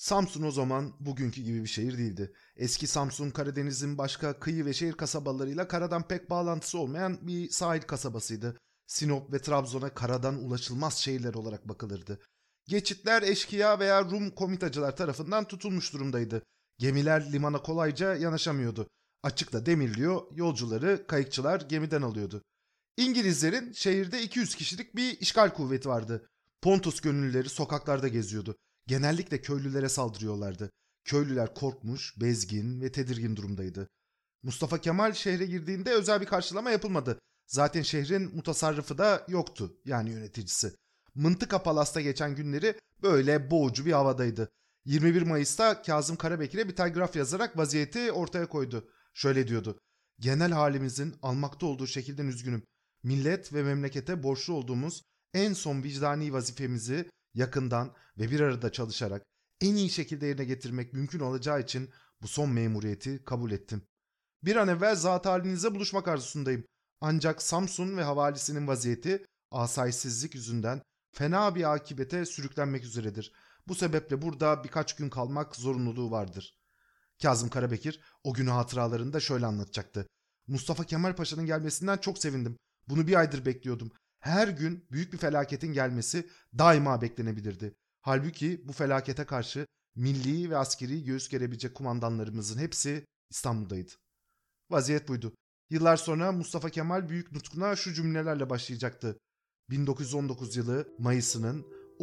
Samsun o zaman bugünkü gibi bir şehir değildi. Eski Samsun, Karadeniz'in başka kıyı ve şehir kasabalarıyla karadan pek bağlantısı olmayan bir sahil kasabasıydı. Sinop ve Trabzon'a karadan ulaşılmaz şehirler olarak bakılırdı. Geçitler eşkıya veya Rum komitacılar tarafından tutulmuş durumdaydı. Gemiler limana kolayca yanaşamıyordu. Açıkta demirliyor, yolcuları kayıkçılar gemiden alıyordu. İngilizlerin şehirde 200 kişilik bir işgal kuvveti vardı. Pontus gönüllüleri sokaklarda geziyordu. Genellikle köylülere saldırıyorlardı. Köylüler korkmuş, bezgin ve tedirgin durumdaydı. Mustafa Kemal şehre girdiğinde özel bir karşılama yapılmadı. Zaten şehrin mutasarrıfı da yoktu, yani yöneticisi. Mıntıka Palas'ta geçen günleri böyle boğucu bir havadaydı. 21 Mayıs'ta Kazım Karabekir'e bir telgraf yazarak vaziyeti ortaya koydu. Şöyle diyordu: genel halimizin almakta olduğu şekilden üzgünüm. Millet ve memlekete borçlu olduğumuz en son vicdani vazifemizi yakından ve bir arada çalışarak en iyi şekilde yerine getirmek mümkün olacağı için bu son memuriyeti kabul ettim. Bir an evvel zat halinizle buluşmak arzusundayım. Ancak Samsun ve havalisinin vaziyeti asayişsizlik yüzünden fena bir akibete sürüklenmek üzeredir. Bu sebeple burada birkaç gün kalmak zorunluluğu vardır. Kazım Karabekir o günü hatıralarında şöyle anlatacaktı: Mustafa Kemal Paşa'nın gelmesinden çok sevindim. Bunu bir aydır bekliyordum. Her gün büyük bir felaketin gelmesi daima beklenebilirdi. Halbuki bu felakete karşı milli ve askeri göğüs gerebilecek kumandanlarımızın hepsi İstanbul'daydı. Vaziyet buydu. Yıllar sonra Mustafa Kemal büyük nutkuna şu cümlelerle başlayacaktı: 1919 yılı Mayıs'ının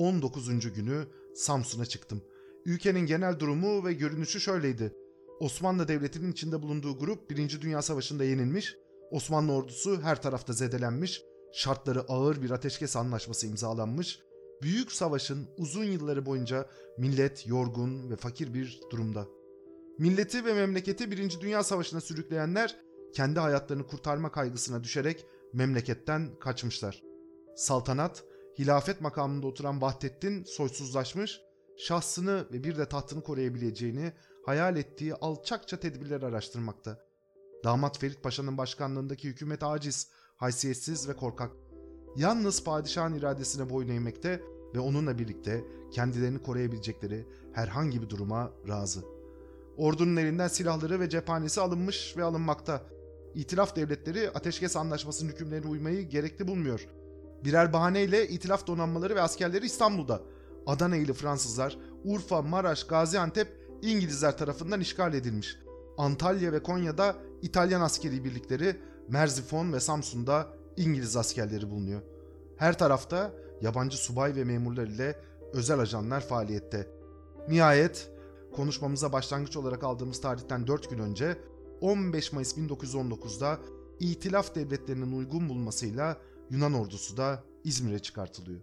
19. günü Samsun'a çıktım. Ülkenin genel durumu ve görünüşü şöyleydi. Osmanlı Devleti'nin içinde bulunduğu grup 1. Dünya Savaşı'nda yenilmiş, Osmanlı ordusu her tarafta zedelenmiş, şartları ağır bir ateşkes anlaşması imzalanmış, büyük savaşın uzun yılları boyunca millet yorgun ve fakir bir durumda. Milleti ve memleketi 1. Dünya Savaşı'na sürükleyenler kendi hayatlarını kurtarma kaygısına düşerek memleketten kaçmışlar. Saltanat, hilafet makamında oturan Vahdettin soysuzlaşmış, şahsını ve bir de tahtını koruyabileceğini hayal ettiği alçakça tedbirler araştırmakta. Damat Ferit Paşa'nın başkanlığındaki hükümet aciz, haysiyetsiz ve korkak. Yalnız padişahın iradesine boyun eğmekte ve onunla birlikte kendilerini koruyabilecekleri herhangi bir duruma razı. Ordunun elinden silahları ve cephanesi alınmış ve alınmakta. İtilaf devletleri ateşkes anlaşmasının hükümlerine uymayı gerekli bulmuyor. Birer bahaneyle itilaf donanmaları ve askerleri İstanbul'da. Adana ili Fransızlar, Urfa, Maraş, Gaziantep İngilizler tarafından işgal edilmiş. Antalya ve Konya'da İtalyan askeri birlikleri, Merzifon ve Samsun'da İngiliz askerleri bulunuyor. Her tarafta yabancı subay ve memurlar ile özel ajanlar faaliyette. Nihayet konuşmamıza başlangıç olarak aldığımız tarihten 4 gün önce 15 Mayıs 1919'da İtilaf devletlerinin uygun bulmasıyla Yunan ordusu da İzmir'e çıkartılıyor.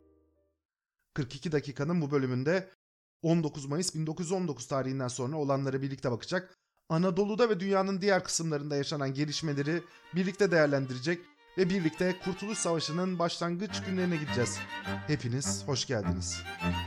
42 dakikanın bu bölümünde 19 Mayıs 1919 tarihinden sonra olanlara birlikte bakacak, Anadolu'da ve dünyanın diğer kısımlarında yaşanan gelişmeleri birlikte değerlendirecek ve birlikte Kurtuluş Savaşı'nın başlangıç günlerine gideceğiz. Hepiniz hoş geldiniz.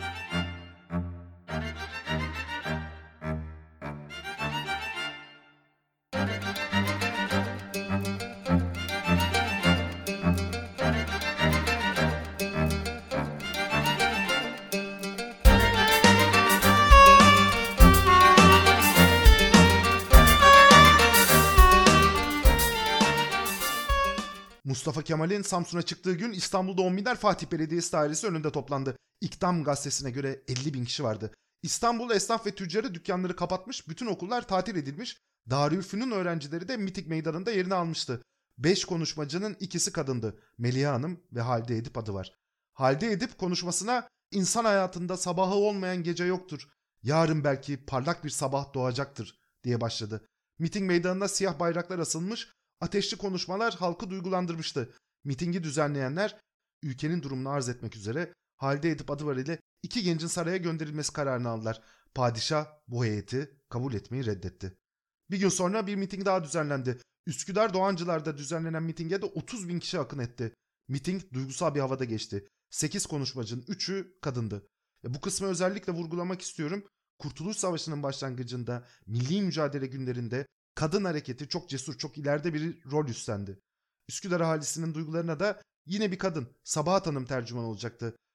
Mustafa Kemal'in Samsun'a çıktığı gün İstanbul'da 10 binler Fatih Belediyesi dairesi önünde toplandı. İktam gazetesine göre 50 bin kişi vardı. İstanbul esnaf ve tüccarı dükkanları kapatmış, bütün okullar tatil edilmiş. Darülfünun öğrencileri de miting meydanında yerini almıştı. 5 konuşmacının ikisi kadındı. Meliha Hanım ve Halide Edip adı var. Halide Edip konuşmasına "İnsan hayatında sabahı olmayan gece yoktur. Yarın belki parlak bir sabah doğacaktır" diye başladı. Miting meydanında siyah bayraklar asılmış, ateşli konuşmalar halkı duygulandırmıştı. Mitingi düzenleyenler ülkenin durumunu arz etmek üzere Halide Edip Adıvar ile 2 gencin saraya gönderilmesi kararını aldılar. Padişah bu heyeti kabul etmeyi reddetti. Bir gün sonra bir miting daha düzenlendi. Üsküdar Doğancılar'da düzenlenen mitinge de 30 bin kişi akın etti. Miting duygusal bir havada geçti. 8 konuşmacının 3'ü kadındı. Bu kısmı özellikle vurgulamak istiyorum. Kurtuluş Savaşı'nın başlangıcında, milli mücadele günlerinde kadın hareketi çok cesur, çok ileride bir rol üstlendi. Üsküdar ahalisinin duygularına da yine bir kadın, Sabahat Hanım tercüman olacaktı.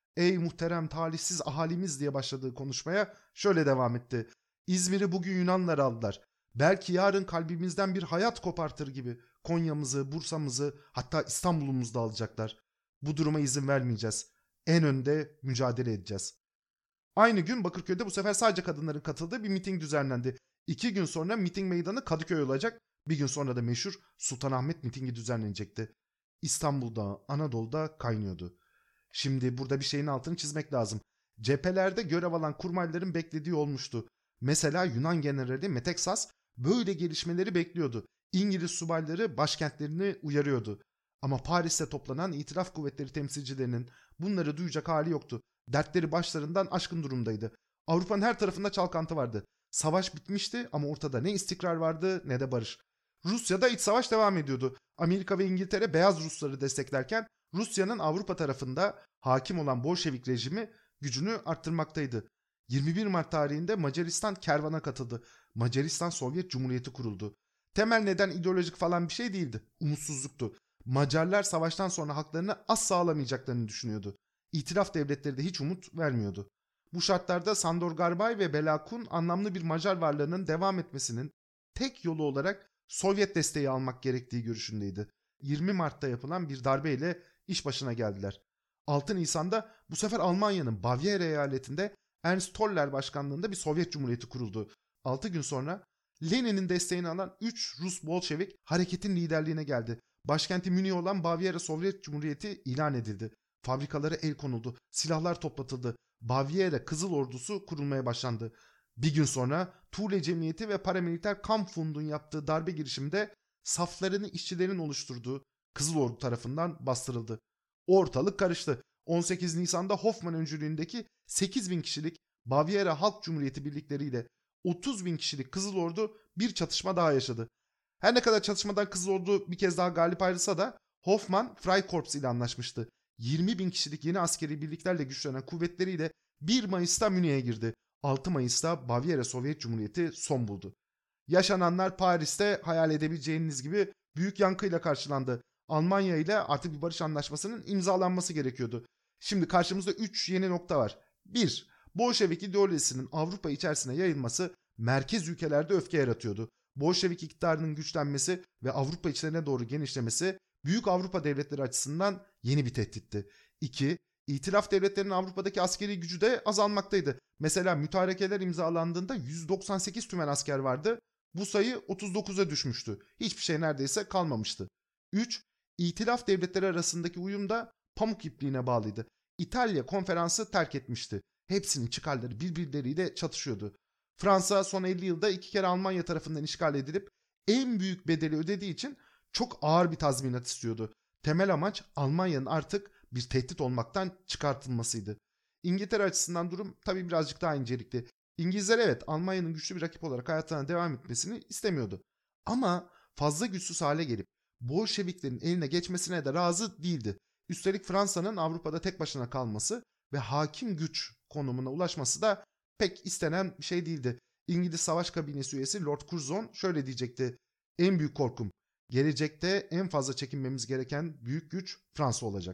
Ey muhterem talihsiz ahalimiz diye başladığı konuşmaya şöyle devam etti. İzmir'i bugün Yunanlar aldılar. Belki yarın kalbimizden bir hayat kopartır gibi Konya'mızı, Bursa'mızı, hatta İstanbul'umuzu da alacaklar. Bu duruma izin vermeyeceğiz. En önde mücadele edeceğiz. Aynı gün Bakırköy'de bu sefer sadece kadınların katıldığı bir miting düzenlendi. 2 gün sonra miting meydanı Kadıköy olacak. Bir gün sonra da meşhur Sultanahmet mitingi düzenlenecekti. İstanbul'da, Anadolu'da kaynıyordu. Şimdi burada bir şeyin altını çizmek lazım. Cephelerde görev alan kurmayların beklediği olmuştu. Mesela Yunan generali Meteksas böyle gelişmeleri bekliyordu. İngiliz subayları başkentlerini uyarıyordu. Ama Paris'te toplanan itilaf kuvvetleri temsilcilerinin bunları duyacak hali yoktu. Dertleri başlarından aşkın durumdaydı. Avrupa'nın her tarafında çalkantı vardı. Savaş bitmişti ama ortada ne istikrar vardı ne de barış. Rusya'da iç savaş devam ediyordu. Amerika ve İngiltere beyaz Rusları desteklerken Rusya'nın Avrupa tarafında hakim olan Bolşevik rejimi gücünü arttırmaktaydı. 21 Mart tarihinde Macaristan kervana katıldı. Macaristan Sovyet Cumhuriyeti kuruldu. Temel neden ideolojik falan bir şey değildi. Umutsuzluktu. Macarlar savaştan sonra haklarını asla alamayacaklarını düşünüyordu. İtilaf devletleri de hiç umut vermiyordu. Bu şartlarda Sandor Garbay ve Bela Kun anlamlı bir Macar varlığının devam etmesinin tek yolu olarak Sovyet desteği almak gerektiği görüşündeydi. 20 Mart'ta yapılan bir darbeyle iş başına geldiler. 6 Nisan'da bu sefer Almanya'nın Bavyera eyaletinde Ernst Toller başkanlığında bir Sovyet Cumhuriyeti kuruldu. 6 gün sonra Lenin'in desteğini alan 3 Rus Bolşevik hareketin liderliğine geldi. Başkenti Münih olan Bavyera Sovyet Cumhuriyeti ilan edildi. Fabrikalara el konuldu, silahlar toplatıldı. Bavyera Kızıl Ordusu kurulmaya başlandı. Bir gün sonra Thule Cemiyeti ve paramiliter Kampfbund'un yaptığı darbe girişiminde saflarını işçilerin oluşturduğu Kızıl Ordu tarafından bastırıldı. Ortalık karıştı. 18 Nisan'da Hoffman öncülüğündeki 8.000 kişilik Bavyera Halk Cumhuriyeti birlikleriyle 30.000 kişilik Kızıl Ordu bir çatışma daha yaşadı. Her ne kadar çatışmadan Kızıl Ordu bir kez daha galip ayrılsa da Hoffman Freikorps ile anlaşmıştı. 20.000 kişilik yeni askeri birliklerle güçlenen kuvvetleriyle 1 Mayıs'ta Münih'e girdi. 6 Mayıs'ta Bavyera Sovyet Cumhuriyeti son buldu. Yaşananlar Paris'te hayal edebileceğiniz gibi büyük yankıyla karşılandı. Almanya ile artık bir barış anlaşmasının imzalanması gerekiyordu. Şimdi karşımızda 3 yeni nokta var. 1. Bolşevik ideolojisinin Avrupa içerisine yayılması merkez ülkelerde öfke yaratıyordu. Bolşevik iktidarının güçlenmesi ve Avrupa içlerine doğru genişlemesi büyük Avrupa devletleri açısından yeni bir tehditti. 2. İtilaf devletlerinin Avrupa'daki askeri gücü de azalmaktaydı. Mesela mütarekeler imzalandığında 198 tümen asker vardı. Bu sayı 39'a düşmüştü. Hiçbir şey neredeyse kalmamıştı. 3. İtilaf devletleri arasındaki uyum da pamuk ipliğine bağlıydı. İtalya konferansı terk etmişti. Hepsinin çıkarları birbirleriyle çatışıyordu. Fransa son 50 yılda 2 kere Almanya tarafından işgal edilip en büyük bedeli ödediği için çok ağır bir tazminat istiyordu. Temel amaç Almanya'nın artık bir tehdit olmaktan çıkartılmasıydı. İngiltere açısından durum tabii birazcık daha incelikli. İngilizler evet Almanya'nın güçlü bir rakip olarak hayatına devam etmesini istemiyordu. Ama fazla güçsüz hale gelip Bolşeviklerin eline geçmesine de razı değildi. Üstelik Fransa'nın Avrupa'da tek başına kalması ve hakim güç konumuna ulaşması da pek istenen bir şey değildi. İngiliz Savaş Kabinesi üyesi Lord Curzon şöyle diyecekti. En büyük korkum gelecekte en fazla çekinmemiz gereken büyük güç Fransa olacak.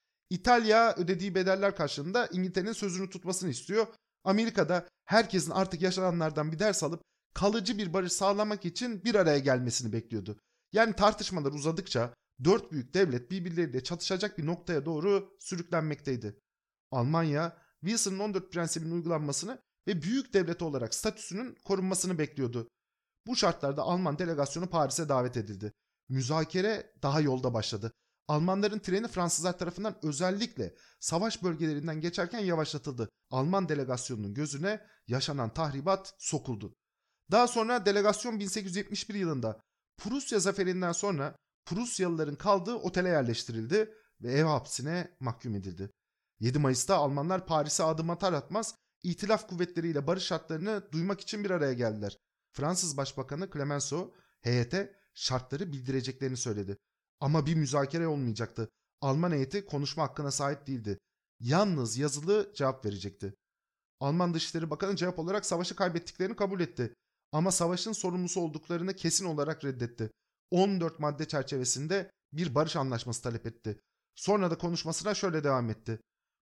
İtalya ödediği bedeller karşılığında İngiltere'nin sözünü tutmasını istiyor. Amerika'da herkesin artık yaşananlardan bir ders alıp kalıcı bir barış sağlamak için bir araya gelmesini bekliyordu. Yani tartışmalar uzadıkça dört büyük devlet birbirleriyle çatışacak bir noktaya doğru sürüklenmekteydi. Almanya, Wilson'ın 14 prensibinin uygulanmasını ve büyük devlet olarak statüsünün korunmasını bekliyordu. Bu şartlarda Alman delegasyonu Paris'e davet edildi. Müzakere daha yolda başladı. Almanların treni Fransızlar tarafından özellikle savaş bölgelerinden geçerken yavaşlatıldı. Alman delegasyonunun gözüne yaşanan tahribat sokuldu. Daha sonra delegasyon 1871 yılında Prusya zaferinden sonra Prusyalıların kaldığı otele yerleştirildi ve ev hapsine mahkum edildi. 7 Mayıs'ta Almanlar Paris'e adım atar atmaz İtilaf kuvvetleriyle barış şartlarını duymak için bir araya geldiler. Fransız Başbakanı Clemenceau heyete şartları bildireceklerini söyledi. Ama bir müzakere olmayacaktı. Alman heyeti konuşma hakkına sahip değildi. Yalnız yazılı cevap verecekti. Alman Dışişleri Bakanı cevap olarak savaşı kaybettiklerini kabul etti. Ama savaşın sorumlusu olduklarını kesin olarak reddetti. 14 madde çerçevesinde bir barış anlaşması talep etti. Sonra da konuşmasına şöyle devam etti.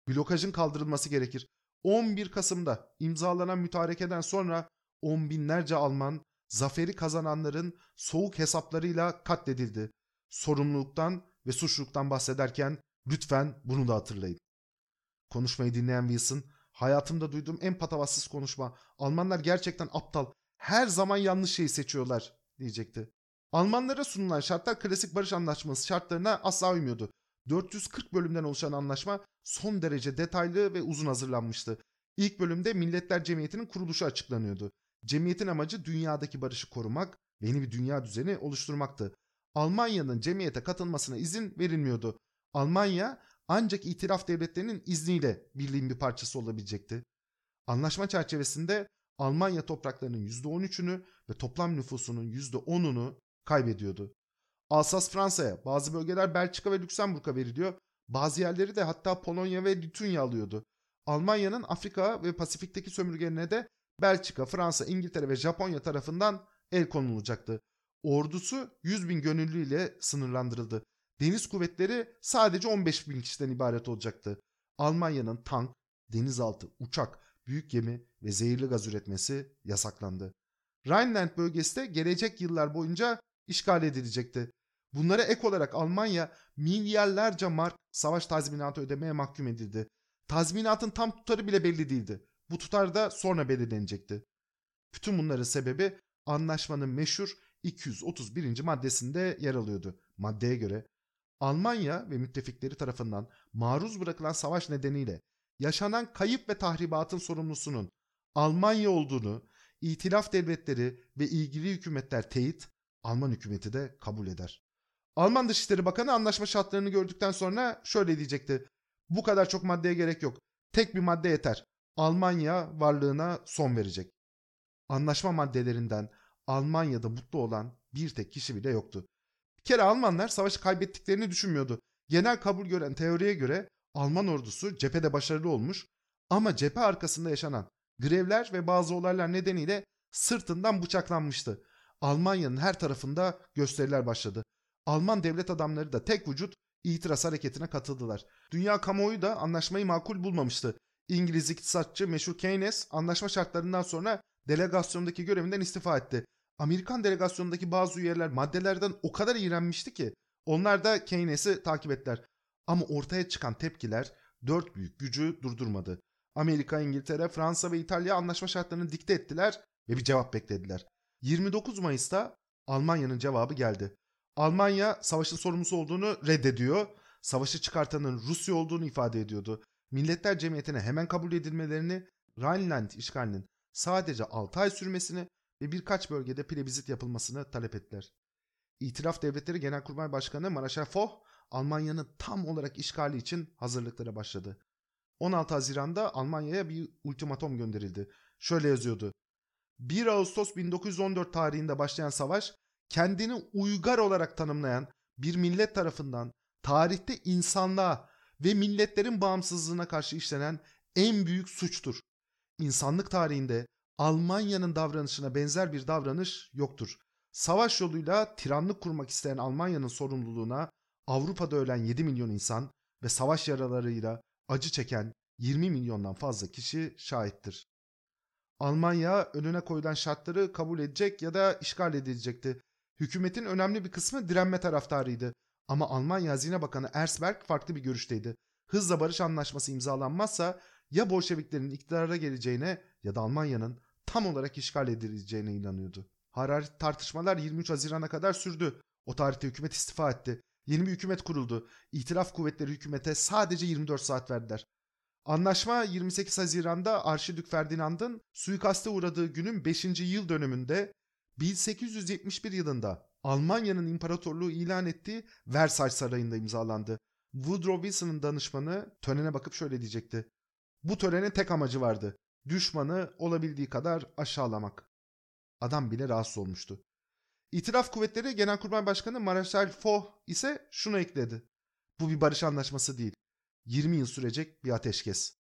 Blokajın kaldırılması gerekir. 11 Kasım'da imzalanan mütarekeden sonra on binlerce Alman zaferi kazananların soğuk hesaplarıyla katledildi. Sorumluluktan ve suçluluktan bahsederken lütfen bunu da hatırlayın. Konuşmayı dinleyen Wilson, hayatımda duyduğum en patavatsız konuşma. Almanlar gerçekten aptal. Her zaman yanlış şeyi seçiyorlar diyecekti. Almanlara sunulan şartlar klasik barış anlaşması şartlarına asla uymuyordu. 440 bölümden oluşan anlaşma son derece detaylı ve uzun hazırlanmıştı. İlk bölümde Milletler Cemiyeti'nin kuruluşu açıklanıyordu. Cemiyetin amacı dünyadaki barışı korumak ve yeni bir dünya düzeni oluşturmaktı. Almanya'nın cemiyete katılmasına izin verilmiyordu. Almanya ancak itiraf devletlerinin izniyle birliğin bir parçası olabilecekti. Anlaşma çerçevesinde Almanya topraklarının %13'ünü ve toplam nüfusunun %10'unu kaybediyordu. Alsas Fransa'ya, bazı bölgeler Belçika ve Lüksemburg'a veriliyor, bazı yerleri de hatta Polonya ve Litunya alıyordu. Almanya'nın Afrika ve Pasifik'teki sömürgelerine de Belçika, Fransa, İngiltere ve Japonya tarafından el konulacaktı. Ordusu 100 bin gönüllü ile sınırlandırıldı. Deniz kuvvetleri sadece 15 bin kişiden ibaret olacaktı. Almanya'nın tank, denizaltı, uçak, büyük gemi ve zehirli gaz üretmesi yasaklandı. Rhineland bölgesi de gelecek yıllar boyunca işgal edilecekti. Bunlara ek olarak Almanya milyarlarca mark savaş tazminatı ödemeye mahkum edildi. Tazminatın tam tutarı bile belli değildi. Bu tutar da sonra belirlenecekti. Bütün bunların sebebi anlaşmanın meşhur 231. maddesinde yer alıyordu. Maddeye göre Almanya ve müttefikleri tarafından maruz bırakılan savaş nedeniyle yaşanan kayıp ve tahribatın sorumlusunun Almanya olduğunu İtilaf devletleri ve ilgili hükümetler teyit, Alman hükümeti de kabul eder. Alman Dışişleri Bakanı anlaşma şartlarını gördükten sonra şöyle diyecekti. Bu kadar çok maddeye gerek yok. Tek bir madde yeter. Almanya varlığına son verecek. Anlaşma maddelerinden Almanya'da mutlu olan bir tek kişi bile yoktu. Bir kere Almanlar savaşı kaybettiklerini düşünmüyordu. Genel kabul gören teoriye göre Alman ordusu cephede başarılı olmuş ama cephe arkasında yaşanan grevler ve bazı olaylar nedeniyle sırtından bıçaklanmıştı. Almanya'nın her tarafında gösteriler başladı. Alman devlet adamları da tek vücut itiraz hareketine katıldılar. Dünya kamuoyu da anlaşmayı makul bulmamıştı. İngiliz iktisatçı meşhur Keynes anlaşma şartlarından sonra delegasyondaki görevinden istifa etti. Amerikan delegasyonundaki bazı üyeler maddelerden o kadar iğrenmişti ki onlar da Keynes'i takip ettiler. Ama ortaya çıkan tepkiler dört büyük gücü durdurmadı. Amerika, İngiltere, Fransa ve İtalya anlaşma şartlarını dikte ettiler ve bir cevap beklediler. 29 Mayıs'ta Almanya'nın cevabı geldi. Almanya savaşın sorumlusu olduğunu reddediyor, savaşı çıkartanın Rusya olduğunu ifade ediyordu. Milletler Cemiyeti'ne hemen kabul edilmelerini, Rhineland işgalinin sadece 6 ay sürmesini ve birkaç bölgede plebissit yapılmasını talep ettiler. İtilaf Devletleri Genelkurmay Başkanı Marshal Foch, Almanya'nın tam olarak işgali için hazırlıklara başladı. 16 Haziran'da Almanya'ya bir ultimatom gönderildi. Şöyle yazıyordu. 1 Ağustos 1914 tarihinde başlayan savaş, kendini uygar olarak tanımlayan bir millet tarafından tarihte insanlığa ve milletlerin bağımsızlığına karşı işlenen en büyük suçtur. İnsanlık tarihinde Almanya'nın davranışına benzer bir davranış yoktur. Savaş yoluyla tiranlık kurmak isteyen Almanya'nın sorumluluğuna Avrupa'da ölen 7 milyon insan ve savaş yaralarıyla acı çeken 20 milyondan fazla kişi şahittir. Almanya önüne koyulan şartları kabul edecek ya da işgal edilecekti. Hükümetin önemli bir kısmı direnme taraftarıydı. Ama Almanya Hazine Bakanı Erzberg farklı bir görüşteydi. Hızla barış anlaşması imzalanmazsa ya Bolşeviklerin iktidara geleceğine ya da Almanya'nın tam olarak işgal edileceğine inanıyordu. Hararetli tartışmalar 23 Haziran'a kadar sürdü. O tarihte hükümet istifa etti. Yeni bir hükümet kuruldu. İtilaf kuvvetleri hükümete sadece 24 saat verdiler. Anlaşma 28 Haziran'da Arşidük Ferdinand'ın suikaste uğradığı günün 5. yıl dönümünde 1871 yılında Almanya'nın imparatorluğu ilan ettiği Versailles Sarayı'nda imzalandı. Woodrow Wilson'ın danışmanı törene bakıp şöyle diyecekti. Bu törenin tek amacı vardı. Düşmanı olabildiği kadar aşağılamak. Adam bile rahatsız olmuştu. İtilaf Kuvvetleri Genelkurmay Başkanı Marshal Foch ise şunu ekledi. Bu bir barış anlaşması değil. 20 yıl sürecek bir ateşkes.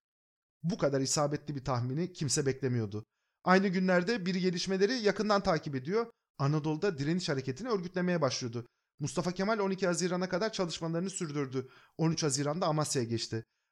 Bu kadar isabetli bir tahmini kimse beklemiyordu. Aynı günlerde biri gelişmeleri yakından takip ediyor. Anadolu'da direniş hareketini örgütlemeye başlıyordu. Mustafa Kemal 12 Haziran'a kadar çalışmalarını sürdürdü. 13 Haziran'da Amasya'ya geçti.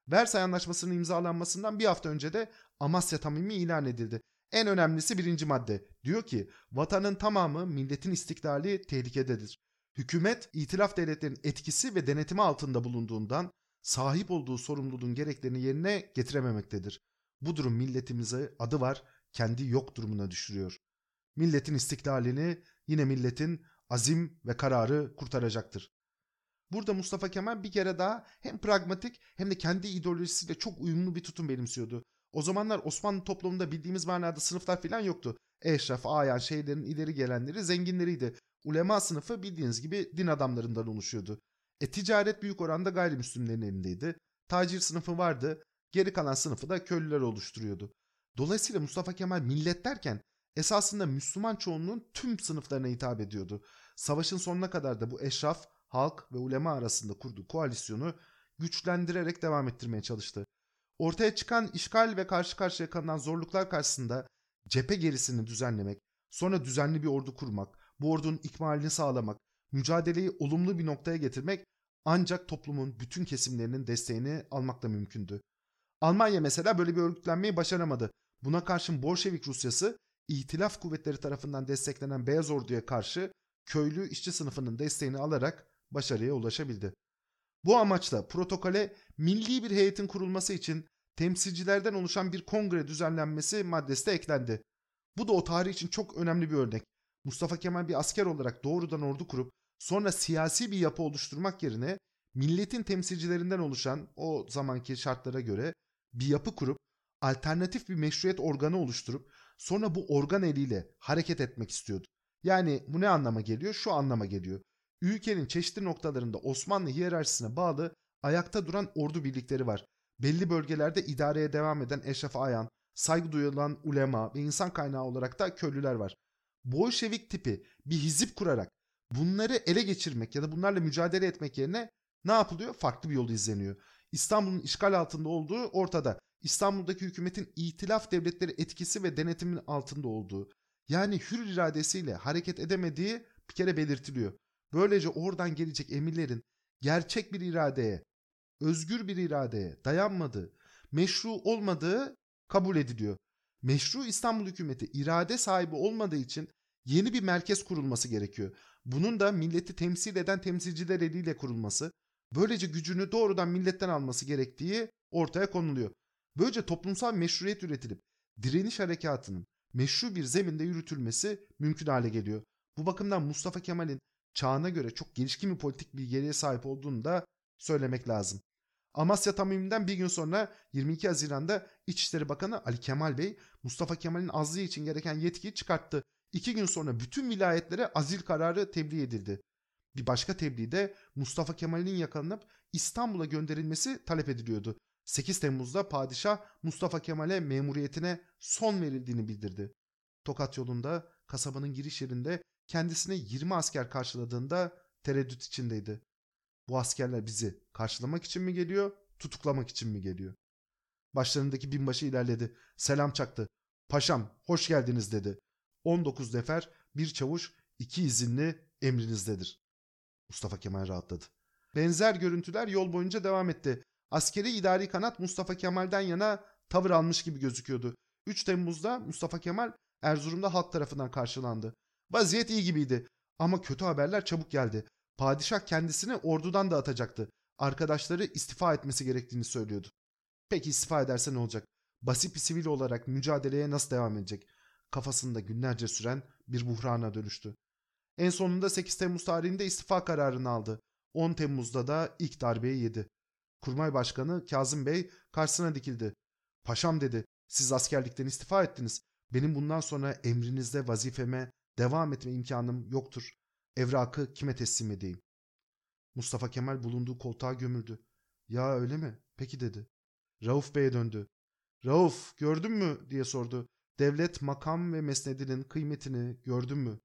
Versay Anlaşması'nın imzalanmasından bir hafta önce de Amasya Tamimi ilan edildi. En önemlisi birinci madde. Diyor ki vatanın tamamı, milletin istiklali tehlikededir. Hükümet itilaf devletlerin etkisi ve denetimi altında bulunduğundan sahip olduğu sorumluluğun gereklerini yerine getirememektedir. Bu durum milletimize adı var kendi yok durumuna düşürüyor. Milletin istiklalini yine milletin azim ve kararı kurtaracaktır. Burada Mustafa Kemal bir kere daha hem pragmatik hem de kendi ideolojisiyle çok uyumlu bir tutum benimsiyordu. O zamanlar Osmanlı toplumunda bildiğimiz manada sınıflar falan yoktu. Eşraf, ayan, şeylerin ileri gelenleri zenginleriydi. Ulema sınıfı bildiğiniz gibi din adamlarından oluşuyordu. Ticaret büyük oranda gayrimüslimlerin elindeydi. Tacir sınıfı vardı. Geri kalan sınıfı da köylüler oluşturuyordu. Dolayısıyla Mustafa Kemal millet derken esasında Müslüman çoğunluğun tüm sınıflarına hitap ediyordu. Savaşın sonuna kadar da bu eşraf, halk ve ulema arasında kurduğu koalisyonu güçlendirerek devam ettirmeye çalıştı. Ortaya çıkan işgal ve karşı karşıya kalınan zorluklar karşısında cephe gerisini düzenlemek, sonra düzenli bir ordu kurmak, bu ordunun ikmalini sağlamak, mücadeleyi olumlu bir noktaya getirmek ancak toplumun bütün kesimlerinin desteğini almakla mümkündü. Almanya mesela böyle bir örgütlenmeyi başaramadı. Buna karşın Bolşevik Rusyası, İtilaf kuvvetleri tarafından desteklenen Beyaz Ordu'ya karşı köylü işçi sınıfının desteğini alarak başarıya ulaşabildi. Bu amaçla protokole milli bir heyetin kurulması için temsilcilerden oluşan bir kongre düzenlenmesi maddesi de eklendi. Bu da o tarih için çok önemli bir örnek. Mustafa Kemal bir asker olarak doğrudan ordu kurup sonra siyasi bir yapı oluşturmak yerine milletin temsilcilerinden oluşan o zamanki şartlara göre bir yapı kurup alternatif bir meşruiyet organı oluşturup sonra bu organ eliyle hareket etmek istiyordu. Yani bu ne anlama geliyor? Şu anlama geliyor. Ülkenin çeşitli noktalarında Osmanlı hiyerarşisine bağlı ayakta duran ordu birlikleri var. Belli bölgelerde idareye devam eden eşraf ayan, saygı duyulan ulema ve insan kaynağı olarak da köylüler var. Bolşevik tipi bir hizip kurarak bunları ele geçirmek ya da bunlarla mücadele etmek yerine ne yapılıyor? Farklı bir yol izleniyor. İstanbul'un işgal altında olduğu ortada. İstanbul'daki hükümetin itilaf devletleri etkisi ve denetimin altında olduğu, yani hür iradesiyle hareket edemediği bir kere belirtiliyor. Böylece oradan gelecek emirlerin gerçek bir iradeye, özgür bir iradeye dayanmadığı, meşru olmadığı kabul ediliyor. Meşru İstanbul hükümeti irade sahibi olmadığı için yeni bir merkez kurulması gerekiyor. Bunun da milleti temsil eden temsilciler eliyle kurulması, böylece gücünü doğrudan milletten alması gerektiği ortaya konuluyor. Böylece toplumsal meşruiyet üretilip direniş harekatının meşru bir zeminde yürütülmesi mümkün hale geliyor. Bu bakımdan Mustafa Kemal'in çağına göre çok gelişkin bir politik bilgeliğe sahip olduğunu da söylemek lazım. Amasya Tamimi'den bir gün sonra 22 Haziran'da İçişleri Bakanı Ali Kemal Bey Mustafa Kemal'in azli için gereken yetkiyi çıkarttı. 2 gün sonra bütün vilayetlere azil kararı tebliğ edildi. Bir başka tebliğde Mustafa Kemal'in yakalanıp İstanbul'a gönderilmesi talep ediliyordu. 8 Temmuz'da padişah Mustafa Kemal'e memuriyetine son verildiğini bildirdi. Tokat yolunda kasabanın giriş yerinde kendisine 20 asker karşıladığında tereddüt içindeydi. Bu askerler bizi karşılamak için mi geliyor, tutuklamak için mi geliyor? Başlarındaki binbaşı ilerledi. Selam çaktı. Paşam, hoş geldiniz dedi. 19 nefer, bir çavuş, 2 izinli emrinizdedir. Mustafa Kemal rahatladı. Benzer görüntüler yol boyunca devam etti. Askeri idari kanat Mustafa Kemal'den yana tavır almış gibi gözüküyordu. 3 Temmuz'da Mustafa Kemal Erzurum'da halk tarafından karşılandı. Vaziyet iyi gibiydi ama kötü haberler çabuk geldi. Padişah kendisini ordudan da atacaktı. Arkadaşları istifa etmesi gerektiğini söylüyordu. Peki istifa ederse ne olacak? Basit bir sivil olarak mücadeleye nasıl devam edecek? Kafasında günlerce süren bir buhrana dönüştü. En sonunda 8 Temmuz tarihinde istifa kararını aldı. 10 Temmuz'da da ilk darbeyi yedi. Kurmay Başkanı Kazım Bey karşısına dikildi. Paşam dedi, siz askerlikten istifa ettiniz. Benim bundan sonra emrinizde vazifeme devam etme imkanım yoktur. Evrakı kime teslim edeyim? Mustafa Kemal bulunduğu koltuğa gömüldü. Ya öyle mi? Peki dedi. Rauf Bey'e döndü. Rauf gördün mü diye sordu. Devlet, makam ve mesnedinin kıymetini gördün mü?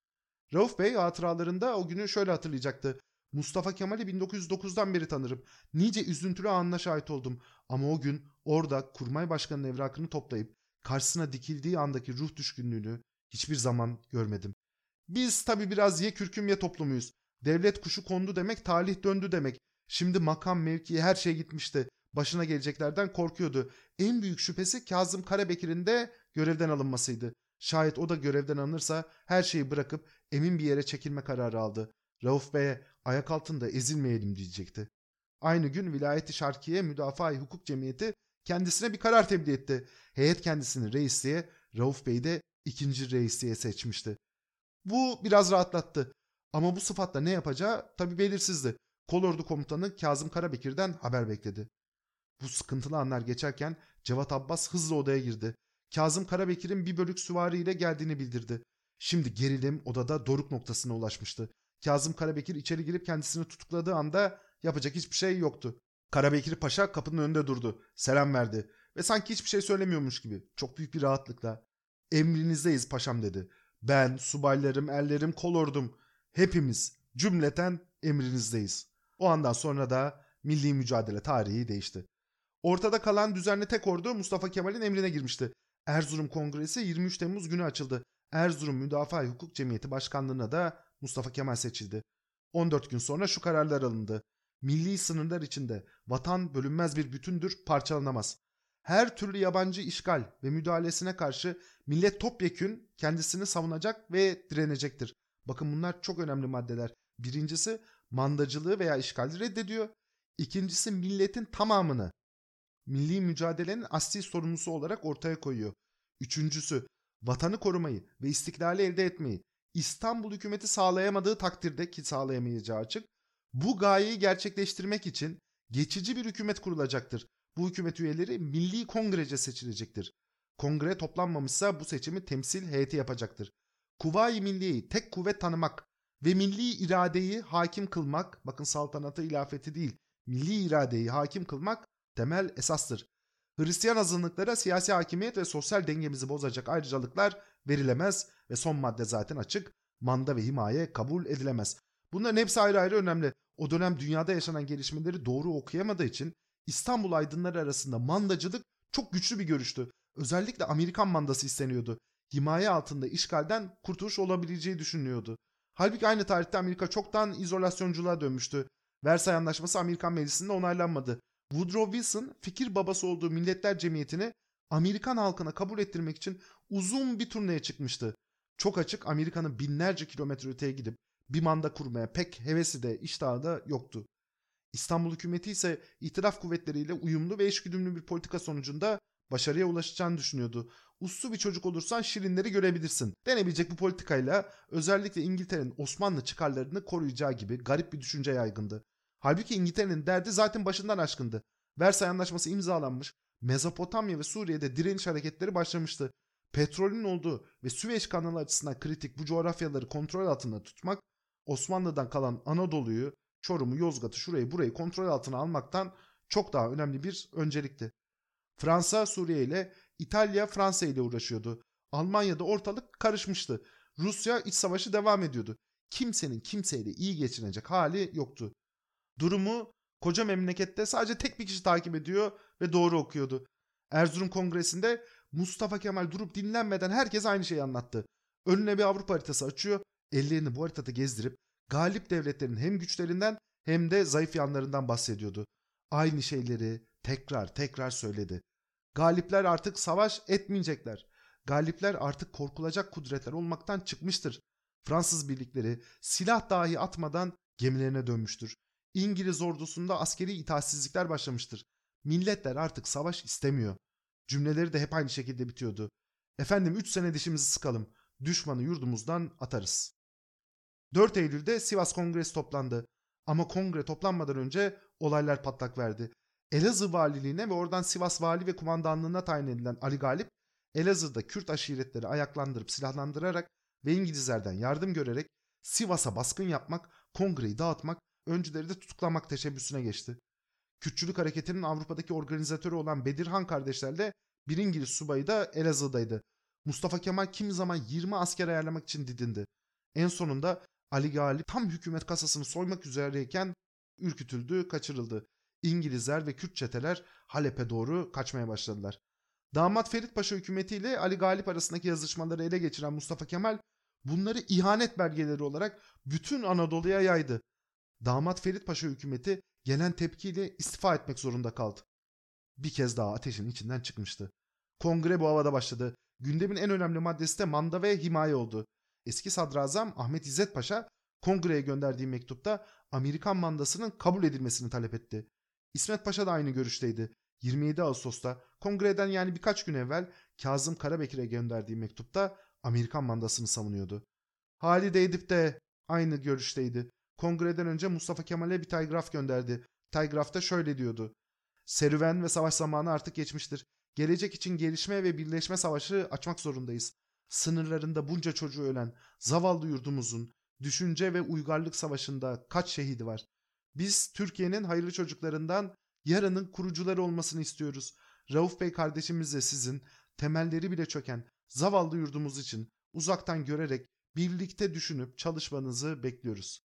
Rauf Bey hatıralarında o günü şöyle hatırlayacaktı. Mustafa Kemal'i 1909'dan beri tanırım. Nice üzüntülü anına şahit oldum. Ama o gün orada Kurmay Başkanı'nın evrakını toplayıp karşısına dikildiği andaki ruh düşkünlüğünü hiçbir zaman görmedim. Biz tabi biraz ye kürküm ye toplumuyuz. Devlet kuşu kondu demek talih döndü demek. Şimdi makam mevki her şey gitmişti. Başına geleceklerden korkuyordu. En büyük şüphesi Kazım Karabekir'in de görevden alınmasıydı. Şayet o da görevden alınırsa her şeyi bırakıp emin bir yere çekilme kararı aldı. Rauf Bey'e ayak altında ezilmeyelim diyecekti. Aynı gün Vilayet-i Şarkiye Müdafaa-i Hukuk Cemiyeti kendisine bir karar tebliğ etti. Heyet kendisini reisliğe, Rauf Bey'i de ikinci reisliğe seçmişti. Bu biraz rahatlattı. Ama bu sıfatla ne yapacağı tabi belirsizdi. Kolordu komutanı Kazım Karabekir'den haber bekledi. Bu sıkıntılı anlar geçerken Cevat Abbas hızla odaya girdi. Kazım Karabekir'in bir bölük süvariyle geldiğini bildirdi. Şimdi gerilim odada doruk noktasına ulaşmıştı. Kazım Karabekir içeri girip kendisini tutukladığı anda yapacak hiçbir şey yoktu. Karabekir Paşa kapının önünde durdu. Selam verdi ve sanki hiçbir şey söylemiyormuş gibi çok büyük bir rahatlıkla "Emrinizdeyiz paşam" dedi. "Ben, subaylarım, erlerim, kolordum hepimiz cümleten emrinizdeyiz." O andan sonra da milli mücadele tarihi değişti. Ortada kalan düzenli tek ordu Mustafa Kemal'in emrine girmişti. Erzurum Kongresi 23 Temmuz günü açıldı. Erzurum Müdafaa-i Hukuk Cemiyeti Başkanlığı'na da Mustafa Kemal seçildi. 14 gün sonra şu kararlar alındı. Milli sınırlar içinde vatan bölünmez bir bütündür, parçalanamaz. Her türlü yabancı işgal ve müdahalesine karşı millet topyekün kendisini savunacak ve direnecektir. Bakın bunlar çok önemli maddeler. Birincisi mandacılığı veya işgali reddediyor. İkincisi milletin tamamını milli mücadelenin asli sorumlusu olarak ortaya koyuyor. Üçüncüsü vatanı korumayı ve istiklali elde etmeyi İstanbul hükümeti sağlayamadığı takdirde, ki sağlayamayacağı açık, bu gayeyi gerçekleştirmek için geçici bir hükümet kurulacaktır. Bu hükümet üyeleri Milli Kongrece seçilecektir. Kongre toplanmamışsa bu seçimi temsil heyeti yapacaktır. Kuvayi Milliye'yi tek kuvvet tanımak ve milli iradeyi hakim kılmak, bakın saltanatı ilafeti değil, milli iradeyi hakim kılmak temel esastır. Hristiyan azınlıklara siyasi hakimiyet ve sosyal dengemizi bozacak ayrıcalıklar verilemez ve son madde zaten açık. Manda ve himaye kabul edilemez. Bunların hepsi ayrı ayrı önemli. O dönem dünyada yaşanan gelişmeleri doğru okuyamadığı için İstanbul aydınları arasında mandacılık çok güçlü bir görüştü. Özellikle Amerikan mandası isteniyordu. Himaye altında işgalden kurtuluş olabileceği düşünülüyordu. Halbuki aynı tarihte Amerika çoktan izolasyonculuğa dönmüştü. Versay Anlaşması Amerikan Meclisi'nde onaylanmadı. Woodrow Wilson fikir babası olduğu Milletler Cemiyeti'ni Amerikan halkına kabul ettirmek için uzun bir turneye çıkmıştı. Çok açık, Amerika'nın binlerce kilometre öteye gidip bir manda kurmaya pek hevesi de iştahı da yoktu. İstanbul hükümeti ise itilaf kuvvetleriyle uyumlu ve eşgüdümlü bir politika sonucunda başarıya ulaşacağını düşünüyordu. Uslu bir çocuk olursan şirinleri görebilirsin denebilecek bu politikayla özellikle İngiltere'nin Osmanlı çıkarlarını koruyacağı gibi garip bir düşünce yaygındı. Halbuki İngiltere'nin derdi zaten başından aşkındı. Versay Anlaşması imzalanmış, Mezopotamya ve Suriye'de direniş hareketleri başlamıştı. Petrolün olduğu ve Süveyş kanalı açısından kritik bu coğrafyaları kontrol altında tutmak, Osmanlı'dan kalan Anadolu'yu, Çorum'u, Yozgat'ı, şurayı burayı kontrol altına almaktan çok daha önemli bir öncelikti. Fransa Suriye ile, İtalya Fransa ile uğraşıyordu. Almanya'da ortalık karışmıştı. Rusya iç savaşı devam ediyordu. Kimsenin kimseyle iyi geçinecek hali yoktu. Durumu koca memlekette sadece tek bir kişi takip ediyor ve doğru okuyordu. Erzurum Kongresi'nde Mustafa Kemal durup dinlenmeden herkes aynı şeyi anlattı. Önüne bir Avrupa haritası açıyor, ellerini bu haritada gezdirip galip devletlerin hem güçlerinden hem de zayıf yanlarından bahsediyordu. Aynı şeyleri tekrar tekrar söyledi. Galipler artık savaş etmeyecekler. Galipler artık korkulacak kudretler olmaktan çıkmıştır. Fransız birlikleri silah dahi atmadan gemilerine dönmüştür. İngiliz ordusunda askeri itaatsizlikler başlamıştır. Milletler artık savaş istemiyor. Cümleleri de hep aynı şekilde bitiyordu. Efendim 3 sene dişimizi sıkalım. Düşmanı yurdumuzdan atarız. 4 Eylül'de Sivas Kongresi toplandı. Ama kongre toplanmadan önce olaylar patlak verdi. Elazığ valiliğine ve oradan Sivas vali ve kumandanlığına tayin edilen Ali Galip, Elazığ'da Kürt aşiretleri ayaklandırıp silahlandırarak ve İngilizlerden yardım görerek Sivas'a baskın yapmak, kongreyi dağıtmak, öncüleri de tutuklamak teşebbüsüne geçti. Kürtçülük hareketinin Avrupa'daki organizatörü olan Bedirhan kardeşlerle bir İngiliz subayı da Elazığ'daydı. Mustafa Kemal kimi zaman 20 asker ayarlamak için didindi. En sonunda Ali Galip tam hükümet kasasını soymak üzereyken ürkütüldü, kaçırıldı. İngilizler ve Kürt çeteler Halep'e doğru kaçmaya başladılar. Damat Ferit Paşa hükümetiyle Ali Galip arasındaki yazışmaları ele geçiren Mustafa Kemal bunları ihanet belgeleri olarak bütün Anadolu'ya yaydı. Damat Ferit Paşa hükümeti gelen tepkiyle istifa etmek zorunda kaldı. bir kez daha ateşin içinden çıkmıştı. Kongre bu havada başladı. Gündemin en önemli maddesi de manda ve himaye oldu. Eski sadrazam Ahmet İzzet Paşa kongreye gönderdiği mektupta Amerikan mandasının kabul edilmesini talep etti. İsmet Paşa da aynı görüşteydi. 27 Ağustos'ta kongreden yani birkaç gün evvel Kazım Karabekir'e gönderdiği mektupta Amerikan mandasını savunuyordu. Halide Edip de aynı görüşteydi. Kongreden önce Mustafa Kemal'e bir telgraf gönderdi. Telgrafta şöyle diyordu: serüven ve savaş zamanı artık geçmiştir. Gelecek için gelişme ve birleşme savaşı açmak zorundayız. Sınırlarında bunca çocuğu ölen zavallı yurdumuzun düşünce ve uygarlık savaşında kaç şehidi var? Biz Türkiye'nin hayırlı çocuklarından yarının kurucuları olmasını istiyoruz. Rauf Bey kardeşimizle sizin temelleri bile çöken zavallı yurdumuz için uzaktan görerek birlikte düşünüp çalışmanızı bekliyoruz.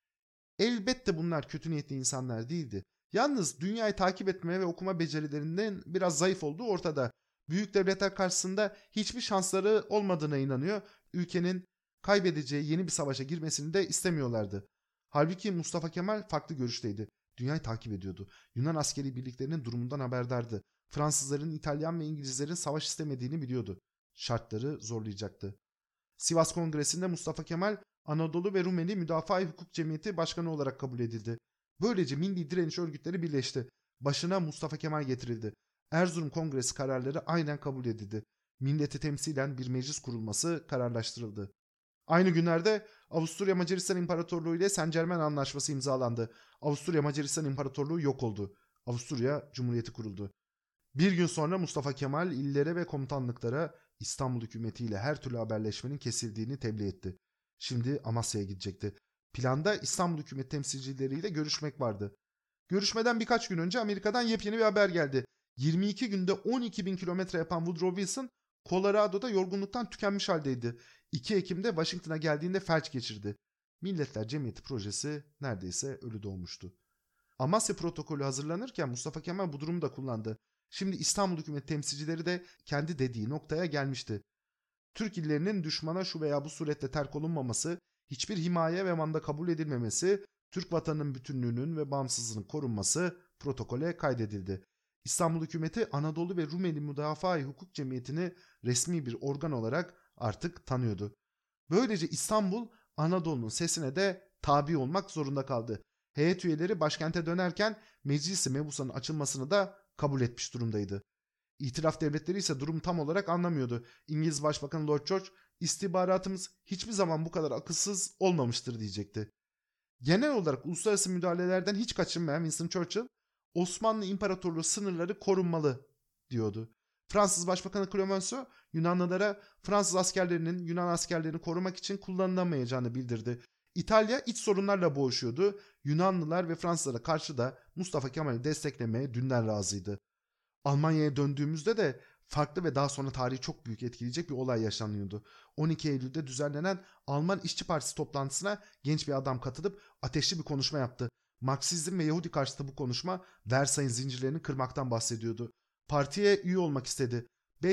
Elbette bunlar kötü niyetli insanlar değildi. Yalnız dünyayı takip etme ve okuma becerilerinin biraz zayıf olduğu ortada. Büyük devletler karşısında hiçbir şansları olmadığına inanıyor. Ülkenin kaybedeceği yeni bir savaşa girmesini de istemiyorlardı. Halbuki Mustafa Kemal farklı görüşteydi. Dünyayı takip ediyordu. Yunan askeri birliklerinin durumundan haberdardı. Fransızların, İtalyan ve İngilizlerin savaş istemediğini biliyordu. Şartları zorlayacaktı. Sivas Kongresi'nde Mustafa Kemal Anadolu ve Rumeli Müdafaa-i Hukuk Cemiyeti Başkanı olarak kabul edildi. Böylece milli direniş örgütleri birleşti. Başına Mustafa Kemal getirildi. Erzurum Kongresi kararları aynen kabul edildi. Milleti temsilen bir meclis kurulması kararlaştırıldı. Aynı günlerde Avusturya Macaristan İmparatorluğu ile Saint-Germain Anlaşması imzalandı. Avusturya Macaristan İmparatorluğu yok oldu. Avusturya Cumhuriyeti kuruldu. Bir gün sonra Mustafa Kemal illere ve komutanlıklara İstanbul hükümetiyle her türlü haberleşmenin kesildiğini tebliğ etti. Şimdi Amasya'ya gidecekti. Planda İstanbul hükümet temsilcileriyle görüşmek vardı. Görüşmeden birkaç gün önce Amerika'dan yepyeni bir haber geldi. 22 günde 12 bin kilometre yapan Woodrow Wilson, Colorado'da yorgunluktan tükenmiş haldeydi. 2 Ekim'de Washington'a geldiğinde felç geçirdi. Milletler Cemiyeti projesi neredeyse ölü doğmuştu. Amasya protokolü hazırlanırken Mustafa Kemal bu durumu da kullandı. Şimdi İstanbul hükümet temsilcileri de kendi dediği noktaya gelmişti. Türk illerinin düşmana şu veya bu surette terk olunmaması, hiçbir himaye ve manda kabul edilmemesi, Türk vatanının bütünlüğünün ve bağımsızlığının korunması protokole kaydedildi. İstanbul hükümeti Anadolu ve Rumeli Müdafaa-i Hukuk Cemiyeti'ni resmi bir organ olarak artık tanıyordu. Böylece İstanbul Anadolu'nun sesine de tabi olmak zorunda kaldı. Heyet üyeleri başkente dönerken Meclis-i Mebusa'nın açılmasını da kabul etmiş durumdaydı. İtilaf devletleri ise durum tam olarak anlamıyordu. İngiliz Başbakanı Lord George, istihbaratımız hiçbir zaman bu kadar akılsız olmamıştır diyecekti. Genel olarak uluslararası müdahalelerden hiç kaçınmayan Winston Churchill, Osmanlı İmparatorluğu sınırları korunmalı diyordu. Fransız Başbakanı Clemenceau, Yunanlılara Fransız askerlerinin Yunan askerlerini korumak için kullanılamayacağını bildirdi. İtalya iç sorunlarla boğuşuyordu. Yunanlılar ve Fransızlara karşı da Mustafa Kemal'i desteklemeye dünden razıydı. Almanya'ya döndüğümüzde de farklı ve daha sonra tarihi çok büyük etkileyecek bir olay yaşanıyordu. 12 Eylül'de düzenlenen Alman İşçi Partisi toplantısına genç bir adam katılıp ateşli bir konuşma yaptı. Marksizm ve Yahudi karşıtı bu konuşma Versay'ın zincirlerini kırmaktan bahsediyordu. Partiye üye olmak istedi.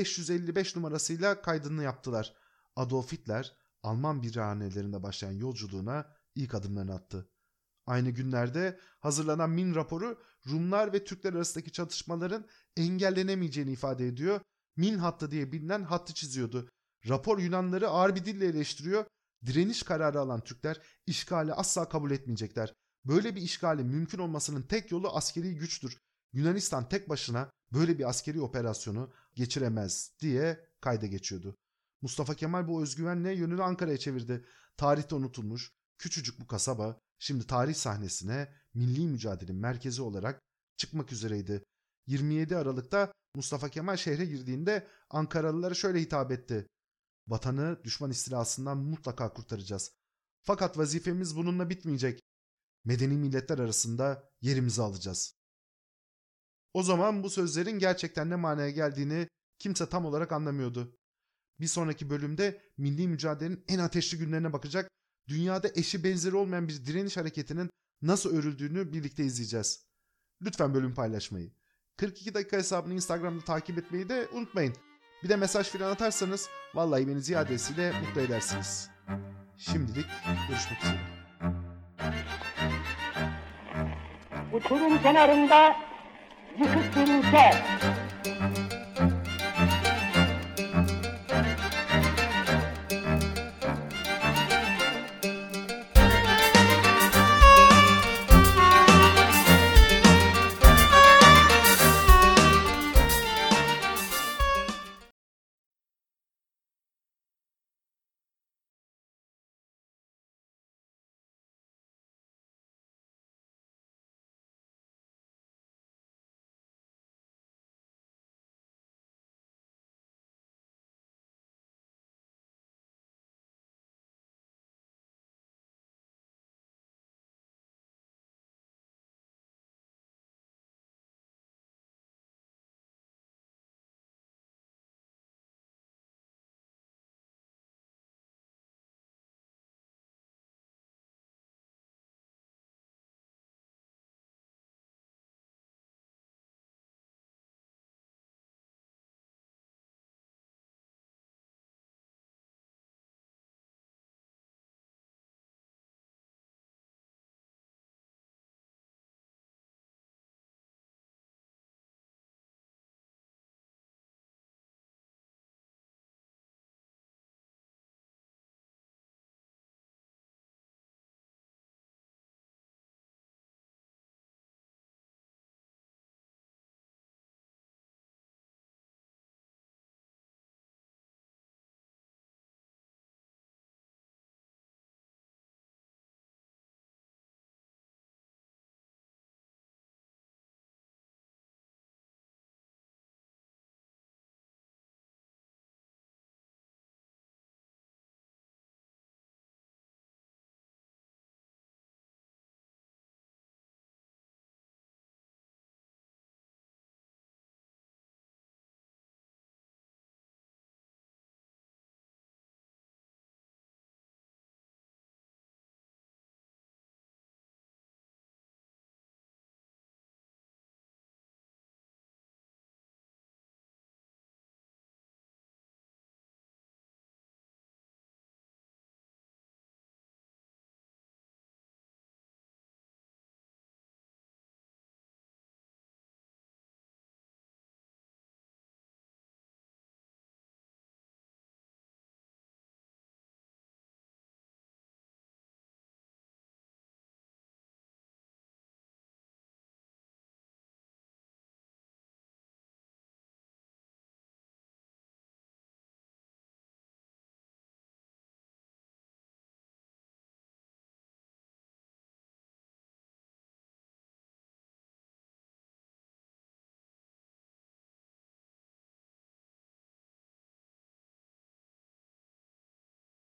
555 numarasıyla kaydını yaptılar. Adolf Hitler Alman birhanelerinde başlayan yolculuğuna ilk adımlarını attı. Aynı günlerde hazırlanan Min raporu Rumlar ve Türkler arasındaki çatışmaların engellenemeyeceğini ifade ediyor. Min hattı diye bilinen hattı çiziyordu. Rapor Yunanları ağır bir dille eleştiriyor. Direniş kararı alan Türkler işgali asla kabul etmeyecekler. Böyle bir işgalin mümkün olmasının tek yolu askeri güçtür. Yunanistan tek başına böyle bir askeri operasyonu geçiremez diye kayda geçiyordu. Mustafa Kemal bu özgüvenle yönünü Ankara'ya çevirdi. Tarihte unutulmuş küçücük bu kasaba şimdi tarih sahnesine milli mücadelenin merkezi olarak çıkmak üzereydi. 27 Aralık'ta Mustafa Kemal şehre girdiğinde Ankaralılara şöyle hitap etti: vatanı düşman istilasından mutlaka kurtaracağız. Fakat vazifemiz bununla bitmeyecek. Medeni milletler arasında yerimizi alacağız. O zaman bu sözlerin gerçekten ne manaya geldiğini kimse tam olarak anlamıyordu. Bir sonraki bölümde milli mücadelenin en ateşli günlerine bakacak, dünyada eşi benzeri olmayan bir direniş hareketinin nasıl örüldüğünü birlikte izleyeceğiz. Lütfen bölüm paylaşmayı, 42 dakika hesabını Instagram'da takip etmeyi de unutmayın. Bir de mesaj filan atarsanız vallahi beni ziyadesiyle mutlu edersiniz. Şimdilik görüşmek üzere. Uçurum kenarında yıkık denizde